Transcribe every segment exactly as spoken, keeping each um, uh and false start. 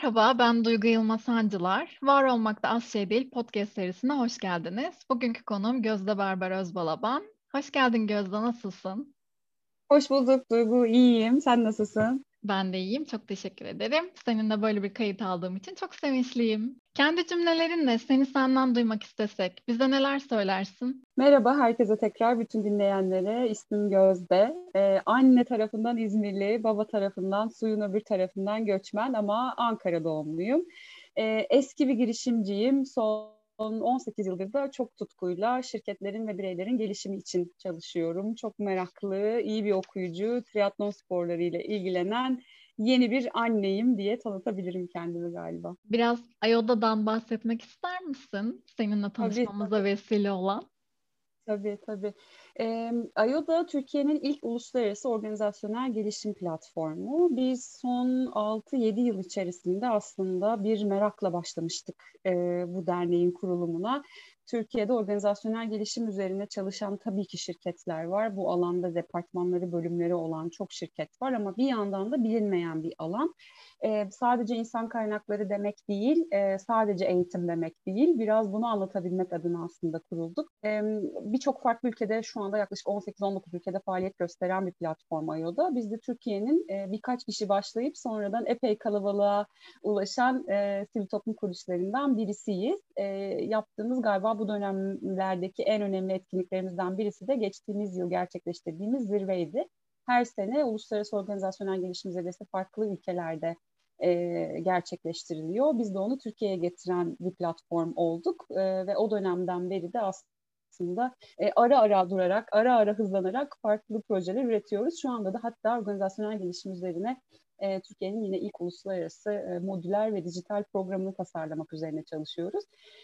Merhaba, ben Duygu Yılmaz Sancılar. Var Olmakta Az Şey Değil podcast serisine hoş geldiniz. Bugünkü konuğum Gözde Berber Özbalaban. Hoş geldin Gözde, nasılsın? Hoş bulduk Duygu, iyiyim. Sen nasılsın? Ben de iyiyim, çok teşekkür ederim. Seninle böyle bir kayıt aldığım için çok sevinçliyim. Kendi cümlelerinle seni senden duymak istesek, bize neler söylersin? Merhaba herkese tekrar, bütün dinleyenlere. İsmim Gözde. Ee, anne tarafından İzmirli, baba tarafından suyun öbür tarafından göçmen ama Ankara doğumluyum. Ee, eski bir girişimciyim. Son on sekiz yıldır da çok tutkuyla şirketlerin ve bireylerin gelişimi için çalışıyorum. Çok meraklı, iyi bir okuyucu, triatlon sporlarıyla ilgilenen yeni bir anneyim diye tanıtabilirim kendimi galiba. Biraz Ayoda'dan bahsetmek ister misin? Seninle Tabii. tanışmamıza vesile olan. Tabii tabii. Ee, AYODA Türkiye'nin ilk uluslararası organizasyonel gelişim platformu. Biz son altı yedi yıl içerisinde aslında bir merakla başlamıştık e, bu derneğin kurulumuna. Türkiye'de organizasyonel gelişim üzerine çalışan tabii ki şirketler var. Bu alanda departmanları, bölümleri olan çok şirket var ama bir yandan da bilinmeyen bir alan. Ee, sadece insan kaynakları demek değil, e, sadece eğitim demek değil. Biraz bunu anlatabilmek adına aslında kurulduk. Ee, Birçok farklı ülkede şu anda yaklaşık on sekiz on dokuz ülkede faaliyet gösteren bir platform AYO'da. Biz de Türkiye'nin e, birkaç kişi başlayıp sonradan epey kalabalığa ulaşan e, sivil toplum kuruluşlarından birisiyiz. E, yaptığımız galiba bu dönemlerdeki en önemli etkinliklerimizden birisi de geçtiğimiz yıl gerçekleştirdiğimiz zirveydi. Her sene uluslararası organizasyonel gelişim zirvesi farklı ülkelerde e, gerçekleştiriliyor. Biz de onu Türkiye'ye getiren bir platform olduk e, ve o dönemden beri de aslında e, ara ara durarak, ara ara hızlanarak farklı projeler üretiyoruz. Şu anda da hatta organizasyonel gelişim üzerine e, Türkiye'nin yine ilk uluslararası e, modüler ve dijital programını tasarlamak üzerine çalışıyoruz.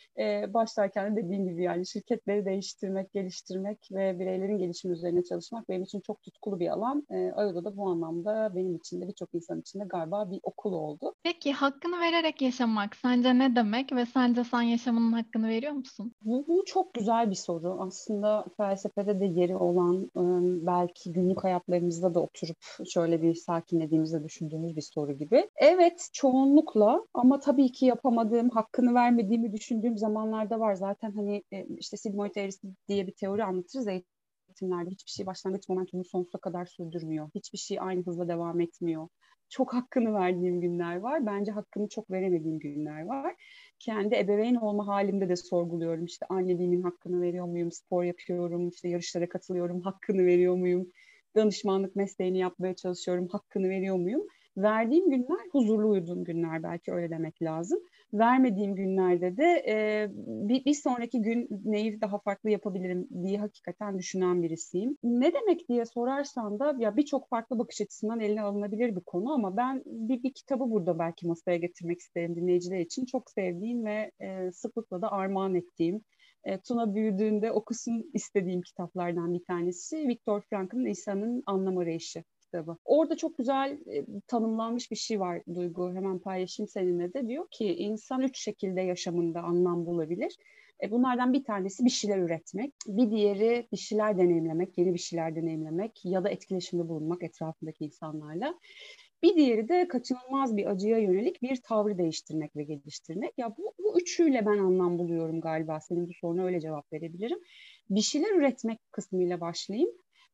E, başlarken de dediğim gibi yani şirketleri değiştirmek, geliştirmek ve bireylerin gelişimi üzerine çalışmak benim için çok tutkulu bir alan. E, AYODA da bu anlamda benim için de birçok insan için de galiba bir okul oldu. Peki hakkını vererek yaşamak sence ne demek ve sence sen yaşamının hakkını veriyor musun? Bu, bu çok güzel bir soru. Aslında felsefede de yeri olan, ıı, belki günlük hayatlarımızda da oturup şöyle bir sakinlediğimizde düşündüğümüz bir soru gibi. Evet, çoğunlukla, ama tabii ki yapamadığım, hakkını vermediğimi düşündüğüm zamanlarda var. Zaten hani e, işte sigmoid eğrisi diye bir teori anlatırız. Eğitimlerde hiçbir şey başlangıç momentumunu sonsuza kadar sürdürmüyor. Hiçbir şey aynı hızla devam etmiyor. Çok hakkını verdiğim günler var. Bence hakkını çok veremediğim günler var. Kendi ebeveyn olma halimde de sorguluyorum. İşte anneliğimin hakkını veriyor muyum? Spor yapıyorum, işte yarışlara katılıyorum, hakkını veriyor muyum? Danışmanlık mesleğini yapmaya çalışıyorum, hakkını veriyor muyum? Verdiğim günler huzurlu uyuduğum günler, belki öyle demek lazım. Vermediğim günlerde de e, bir, bir sonraki gün neyi daha farklı yapabilirim diye hakikaten düşünen birisiyim. Ne demek diye sorarsan da ya birçok farklı bakış açısından eline alınabilir bir konu ama ben bir, bir kitabı burada belki masaya getirmek isterim dinleyiciler için. Çok sevdiğim ve e, sıklıkla da armağan ettiğim, e, Tuna büyüdüğünde okusun istediğim kitaplardan bir tanesi Viktor Frankl'ın İnsanın Anlam Arayışı kitabı. Orada çok güzel e, tanımlanmış bir şey var Duygu. Hemen paylaşayım seninle de. Diyor ki insan üç şekilde yaşamında anlam bulabilir. E, bunlardan bir tanesi bir şeyler üretmek, bir diğeri bir şeyler deneyimlemek, yeni bir şeyler deneyimlemek ya da etkileşimde bulunmak etrafındaki insanlarla. Bir diğeri de kaçınılmaz bir acıya yönelik bir tavrı değiştirmek ve geliştirmek. Ya bu, bu üçüyle ben anlam buluyorum galiba. Senin bu soruna öyle cevap verebilirim. Bir şeyler üretmek kısmıyla başlayayım.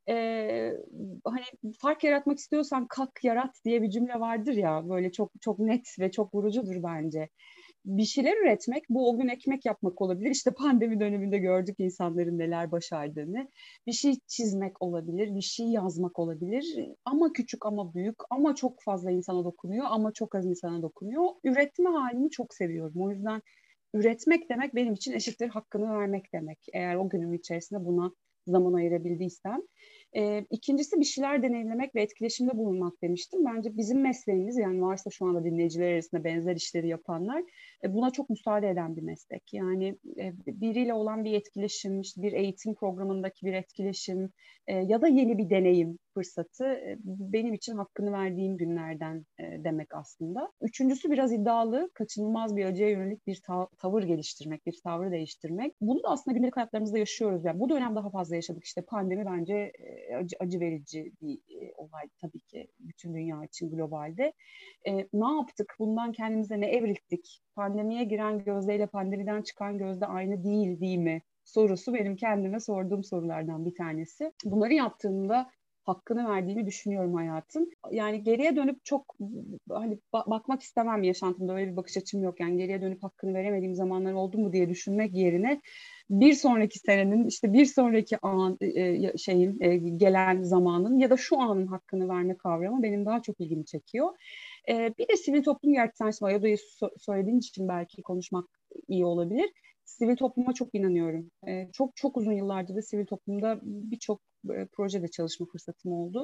Ee, Hani fark yaratmak istiyorsan kalk yarat diye bir cümle vardır ya, böyle çok çok net ve çok vurucudur bence. Bir şeyler üretmek, bu o gün ekmek yapmak olabilir. İşte pandemi döneminde gördük insanların neler başardığını. Bir şey çizmek olabilir, bir şey yazmak olabilir. Ama küçük ama büyük, ama çok fazla insana dokunuyor, ama çok az insana dokunuyor. Üretme halini çok seviyorum. O yüzden üretmek demek benim için eşittir hakkını vermek demek. Eğer o günün içerisinde buna zaman ayırabildiysem. E, ikincisi bir şeyler deneyimlemek ve etkileşimde bulunmak demiştim. Bence bizim mesleğimiz, yani varsa şu anda dinleyiciler arasında benzer işleri yapanlar, e, buna çok müsaade eden bir meslek. Yani e, biriyle olan bir etkileşim, işte bir eğitim programındaki bir etkileşim e, ya da yeni bir deneyim fırsatı e, benim için hakkını verdiğim günlerden e, demek aslında. Üçüncüsü biraz iddialı, kaçınılmaz bir acıya yönelik bir ta- tavır geliştirmek, bir tavrı değiştirmek. Bunu da aslında günlük hayatlarımızda yaşıyoruz. Yani bu dönem daha fazla yaşadık. İşte pandemi bence acı, acı verici bir e, olay tabii ki bütün dünya için globalde. E, ne yaptık? Bundan kendimize ne evrildik? Pandemiye giren Gözde ile pandemiden çıkan Gözde aynı değil, değil mi? Sorusu benim kendime sorduğum sorulardan bir tanesi. Bunları yaptığımda hakkını verdiğimi düşünüyorum hayatın. Yani geriye dönüp çok hani ba- bakmak istemem, yaşantımda öyle bir bakış açım yok. Yani geriye dönüp hakkını veremediğim zamanlar oldu mu diye düşünmek yerine bir sonraki senenin, işte bir sonraki an e, şeyin e, gelen zamanın ya da şu anın hakkını verme kavramı benim daha çok ilgimi çekiyor. E, bir de sivil toplum gerçekten Ayoda'yı so- söylediğin için belki konuşmak iyi olabilir. Sivil topluma çok inanıyorum. E, çok çok uzun yıllardır da sivil toplumda birçok e, projede çalışma fırsatım oldu.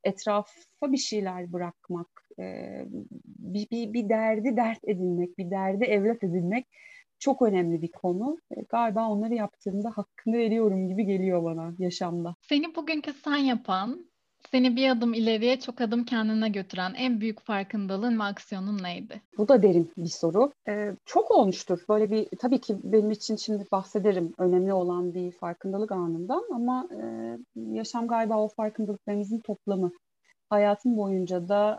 Etrafa bir şeyler bırakmak, e, bir, bir, bir derdi dert edinmek, bir derdi evlat edinmek çok önemli bir konu. E, galiba onları yaptığımda hakkını veriyorum gibi geliyor bana yaşamda. Seni bugünkü sen yapan, seni bir adım ileriye çok adım kendine götüren en büyük farkındalığın ve aksiyonun neydi? Bu da derin bir soru. Ee, çok olmuştur. Böyle bir, tabii ki benim için şimdi bahsederim önemli olan bir farkındalık anından, ama e, yaşam galiba o farkındalıklarımızın toplamı. Hayatım boyunca da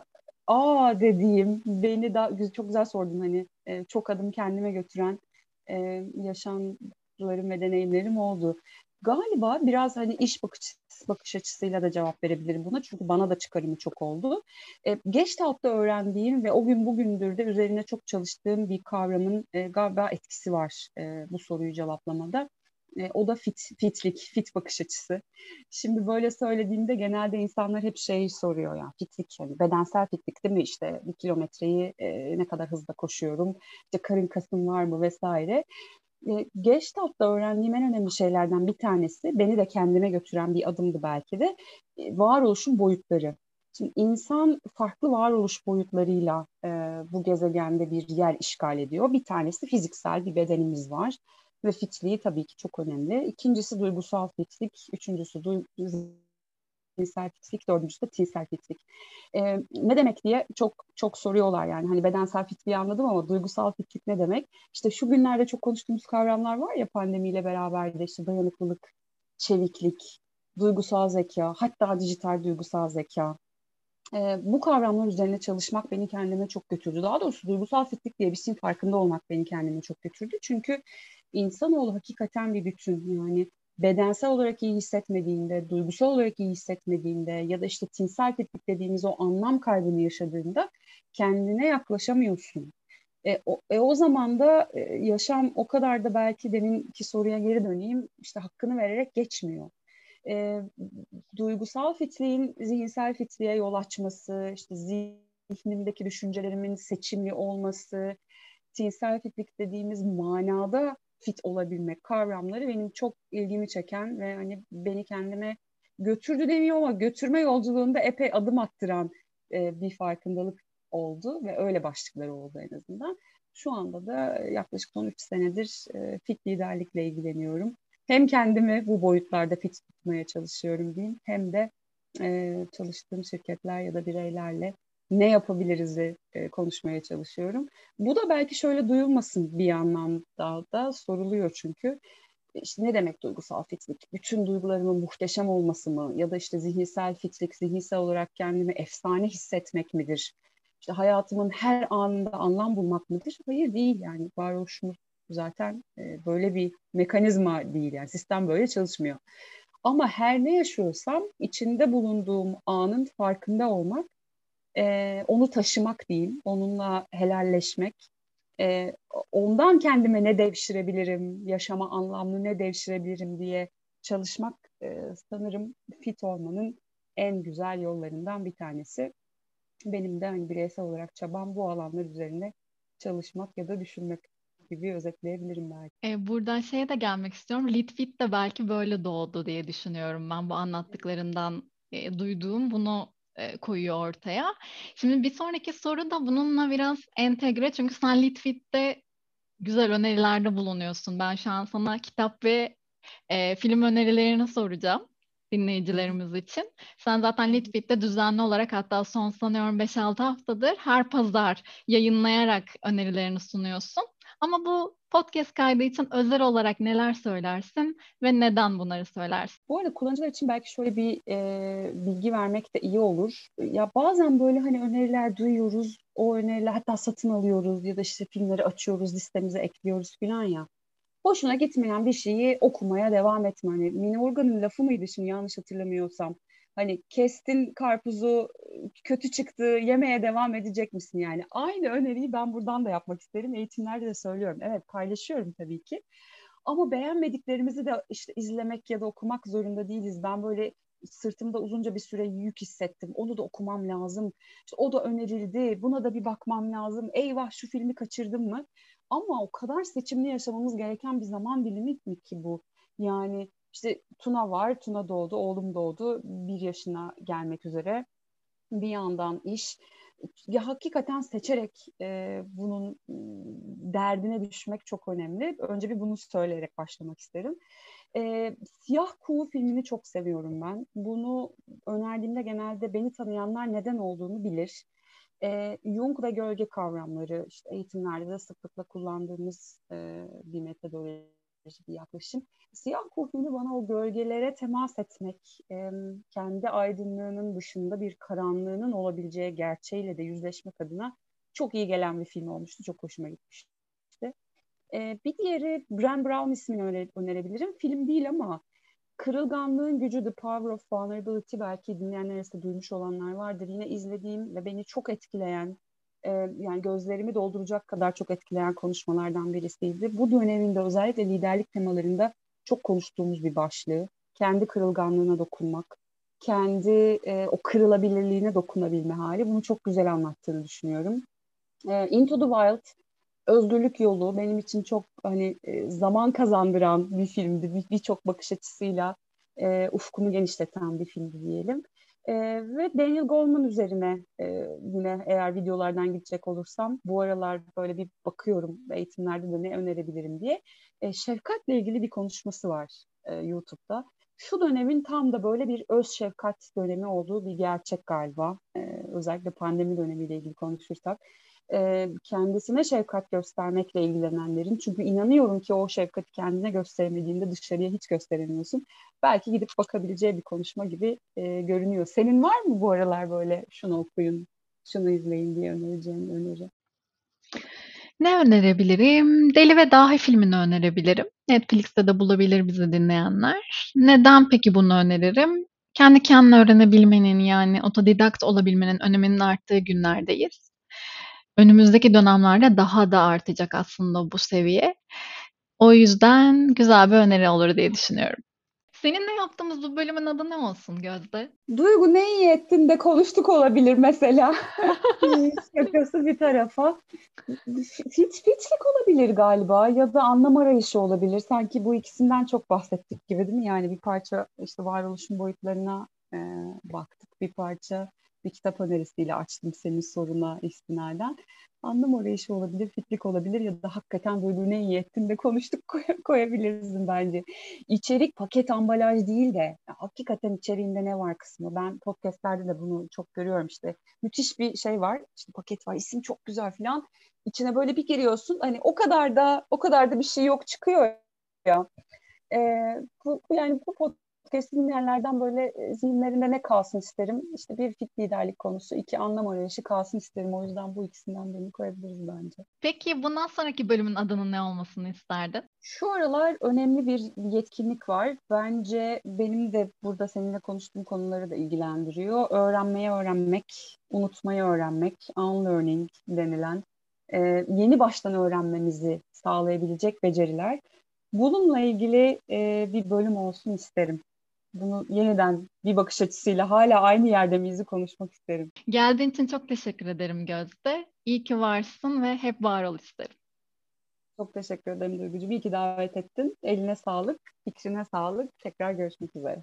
aa dediğim, beni da çok güzel sordun, hani e, çok adım kendime götüren e, yaşamlarım ve deneyimlerim oldu. Galiba biraz hani iş bakış, bakış açısıyla da cevap verebilirim buna. Çünkü bana da çıkarımı çok oldu. E, Gestalt'ta öğrendiğim ve o gün bugündür de üzerine çok çalıştığım bir kavramın e, galiba etkisi var e, bu soruyu cevaplamada. E, o da fit, fitlik, fit bakış açısı. Şimdi böyle söylediğimde genelde insanlar hep şey soruyor, ya fitlik, hani bedensel fitlik değil mi, işte bir kilometreyi e, ne kadar hızla koşuyorum, işte karın kasım var mı vesaire. E, Gestalt'ta öğrendiğim en önemli şeylerden bir tanesi, beni de kendime götüren bir adımdı belki de, e, varoluşun boyutları. Şimdi insan farklı varoluş boyutlarıyla e, bu gezegende bir yer işgal ediyor. Bir tanesi fiziksel bir bedenimiz var ve fitliği tabii ki çok önemli. İkincisi duygusal fitlik, üçüncüsü du- cinsel fitlik, dördüncüsü de tinsel fitlik. Ee, ne demek diye çok çok soruyorlar yani. Hani bedensel fitliği anladım ama duygusal fitlik ne demek? İşte şu günlerde çok konuştuğumuz kavramlar var ya, pandemiyle beraber de, işte dayanıklılık, çeviklik, duygusal zeka, hatta dijital duygusal zeka. Ee, bu kavramlar üzerine çalışmak beni kendime çok götürdü. Daha doğrusu duygusal fitlik diye bir şeyin farkında olmak beni kendime çok götürdü. Çünkü insanoğlu hakikaten bir bütün. Yani bedensel olarak iyi hissetmediğinde, duygusal olarak iyi hissetmediğinde ya da işte tinsel fitlik dediğimiz o anlam kaybını yaşadığında kendine yaklaşamıyorsun. E, o, e, o zaman da e, yaşam o kadar da, belki deminki soruya geri döneyim, işte hakkını vererek geçmiyor. E, Duygusal fitliğin zihinsel fitliğe yol açması, işte zihnimdeki düşüncelerimin seçimli olması, tinsel fitlik dediğimiz manada fit olabilmek kavramları benim çok ilgimi çeken ve hani beni kendime götürdü demiyor ama götürme yolculuğunda epey adım attıran e, bir farkındalık oldu ve öyle başlıkları oldu en azından. Şu anda da yaklaşık son üç senedir e, fit liderlikle ilgileniyorum. Hem kendimi bu boyutlarda fit tutmaya çalışıyorum diyeyim, hem de e, çalıştığım şirketler ya da bireylerle ne yapabiliriz e, konuşmaya çalışıyorum. Bu da belki şöyle duyulmasın, bir anlamda da soruluyor çünkü. İşte ne demek duygusal fitlik? Bütün duygularımın muhteşem olması mı? Ya da işte zihinsel fitlik, zihinsel olarak kendimi efsane hissetmek midir? İşte hayatımın her anında anlam bulmak mıdır? Hayır, değil yani. Varoluşumuz zaten e, böyle bir mekanizma değil, yani sistem böyle çalışmıyor. Ama her ne yaşıyorsam içinde bulunduğum anın farkında olmak, e, onu taşımak diyeyim, onunla helalleşmek, e, ondan kendime ne devşirebilirim, yaşama anlamlı ne devşirebilirim diye çalışmak e, sanırım fit olmanın en güzel yollarından bir tanesi. Benim de hani bireysel olarak çabam bu alanlar üzerine çalışmak ya da düşünmek gibi özetleyebilirim belki. E, buradan şeye de gelmek istiyorum. Litfit de belki böyle doğdu diye düşünüyorum ben. Bu anlattıklarından e, duyduğum bunu e, koyuyor ortaya. Şimdi bir sonraki soru da bununla biraz entegre. Çünkü sen Litfit'te güzel önerilerde bulunuyorsun. Ben şu an sana kitap ve e, film önerilerini soracağım dinleyicilerimiz için. Sen zaten Litfit'te düzenli olarak, hatta son sanıyorum beş altı haftadır her pazar yayınlayarak önerilerini sunuyorsun. Ama bu Podcast kaydı için özel olarak neler söylersin ve neden bunları söylersin? Bu arada kullanıcılar için belki şöyle bir e, bilgi vermek de iyi olur. Ya bazen böyle hani öneriler duyuyoruz, o öneriler hatta satın alıyoruz ya da işte filmleri açıyoruz, listemize ekliyoruz falan ya. Hoşuna gitmeyen bir şeyi okumaya devam etme. Hani Mine Organ'ın lafı mıydı şimdi yanlış hatırlamıyorsam. Hani kestin karpuzu kötü çıktı yemeye devam edecek misin yani? Aynı öneriyi ben buradan da yapmak isterim. Eğitimlerde de söylüyorum. Evet paylaşıyorum tabii ki. Ama beğenmediklerimizi de işte izlemek ya da okumak zorunda değiliz. Ben böyle sırtımda uzunca bir süre yük hissettim. Onu da okumam lazım. İşte o da önerildi. Buna da bir bakmam lazım. Eyvah şu filmi kaçırdım mı? Ama o kadar seçimli yaşamamız gereken bir zaman dilimi mi ki bu? Yani işte Tuna var, Tuna doğdu, oğlum doğdu, bir yaşına gelmek üzere. Bir yandan iş. Ya hakikaten seçerek e, bunun m, derdine düşmek çok önemli. Önce bir bunu söyleyerek başlamak isterim. E, Siyah Kuğu filmini çok seviyorum ben. Bunu önerdiğimde genelde beni tanıyanlar neden olduğunu bilir. E, Jung ve gölge kavramları işte eğitimlerde de sıklıkla kullandığımız e, bir metodoloji, bir yaklaşım. Siyah Kuğu filmi bana o gölgelere temas etmek, e, kendi aydınlığının dışında bir karanlığının olabileceği gerçeğiyle de yüzleşmek adına çok iyi gelen bir film olmuştu. Çok hoşuma gitmişti. E, bir diğeri Brené Brown ismini öne- önerebilirim. Film değil ama Kırılganlığın Gücü, The Power of Vulnerability belki dinleyenler arasında duymuş olanlar vardır. Yine izlediğim ve beni çok etkileyen, e, yani gözlerimi dolduracak kadar çok etkileyen konuşmalardan birisiydi. Bu döneminde özellikle liderlik temalarında çok konuştuğumuz bir başlığı. Kendi kırılganlığına dokunmak, kendi e, o kırılabilirliğine dokunabilme hali. Bunu çok güzel anlattığını düşünüyorum. E, Into the Wild, Özgürlük Yolu benim için çok hani e, zaman kazandıran bir filmdi. Bir- Birçok bakış açısıyla e, ufkumu genişleten bir filmdi diyelim. E, ve Daniel Goleman üzerine e, yine eğer videolardan gidecek olursam bu aralar böyle bir bakıyorum eğitimlerde de ne önerebilirim diye. E, şefkatle ilgili bir konuşması var e, YouTube'da. Şu dönemin tam da böyle bir öz şefkat dönemi olduğu bir gerçek galiba. E, özellikle pandemi dönemiyle ilgili konuşursak e, kendisine şefkat göstermekle ilgilenenlerin. Çünkü inanıyorum ki o şefkati kendine gösteremediğinde dışarıya hiç gösteremiyorsun. Belki gidip bakabileceği bir konuşma gibi e, görünüyor. Senin var mı bu aralar böyle şunu okuyun, şunu izleyin diye önereceğin öneri? Ne önerebilirim? Deli ve Dahi filmini önerebilirim. Netflix'te de bulabilir bizi dinleyenler. Neden peki bunu öneririm? Kendi kendine öğrenebilmenin yani otodidakt olabilmenin öneminin arttığı günlerdeyiz. Önümüzdeki dönemlerde daha da artacak aslında bu seviye. O yüzden güzel bir öneri olur diye düşünüyorum. Seninle yaptığımız bu bölümün adı ne olsun Gözde? Duygu ne iyi ettin de konuştuk olabilir mesela. Şakası bir tarafa. Hiç hiçlik olabilir galiba ya da anlam arayışı olabilir. Sanki bu ikisinden çok bahsettik gibi değil mi? Yani bir parça işte varoluşun boyutlarına e, baktık. Bir parça bir kitap önerisiyle açtım senin soruna istinaden. Anlam arayışı olabilir, fitlik olabilir ya da hakikaten Duygu ne iyi ettin de konuştuk koy- koyabilirsin bence. İçerik paket ambalaj değil de ya, hakikaten içeriğinde ne var kısmı. Ben podcastlerde de bunu çok görüyorum işte. Müthiş bir şey var. İşte paket var, isim çok güzel falan. İçine böyle bir giriyorsun. Hani o kadar da o kadar da bir şey yok çıkıyor ya. Ee, bu, bu- yani bu podcast'i dinleyenlerden böyle e, zihinlerinde ne kalsın isterim? İşte bir fit liderlik konusu, iki anlam arayışı kalsın isterim. O yüzden bu ikisinden birini koyabiliriz bence. Peki bundan sonraki bölümün adının ne olmasını isterdin? Şu aralar önemli bir yetkinlik var. Bence benim de burada seninle konuştuğum konuları da ilgilendiriyor. Öğrenmeye öğrenmek, unutmayı öğrenmek, unlearning denilen e, yeni baştan öğrenmemizi sağlayabilecek beceriler. Bununla ilgili e, bir bölüm olsun isterim. Bunu yeniden bir bakış açısıyla hala aynı yerde miyiz konuşmak isterim. Geldiğin için çok teşekkür ederim Gözde. İyi ki varsın ve hep var ol isterim. Çok teşekkür ederim Duygucuğum. İyi ki davet ettin. Eline sağlık, fikrine sağlık. Tekrar görüşmek üzere.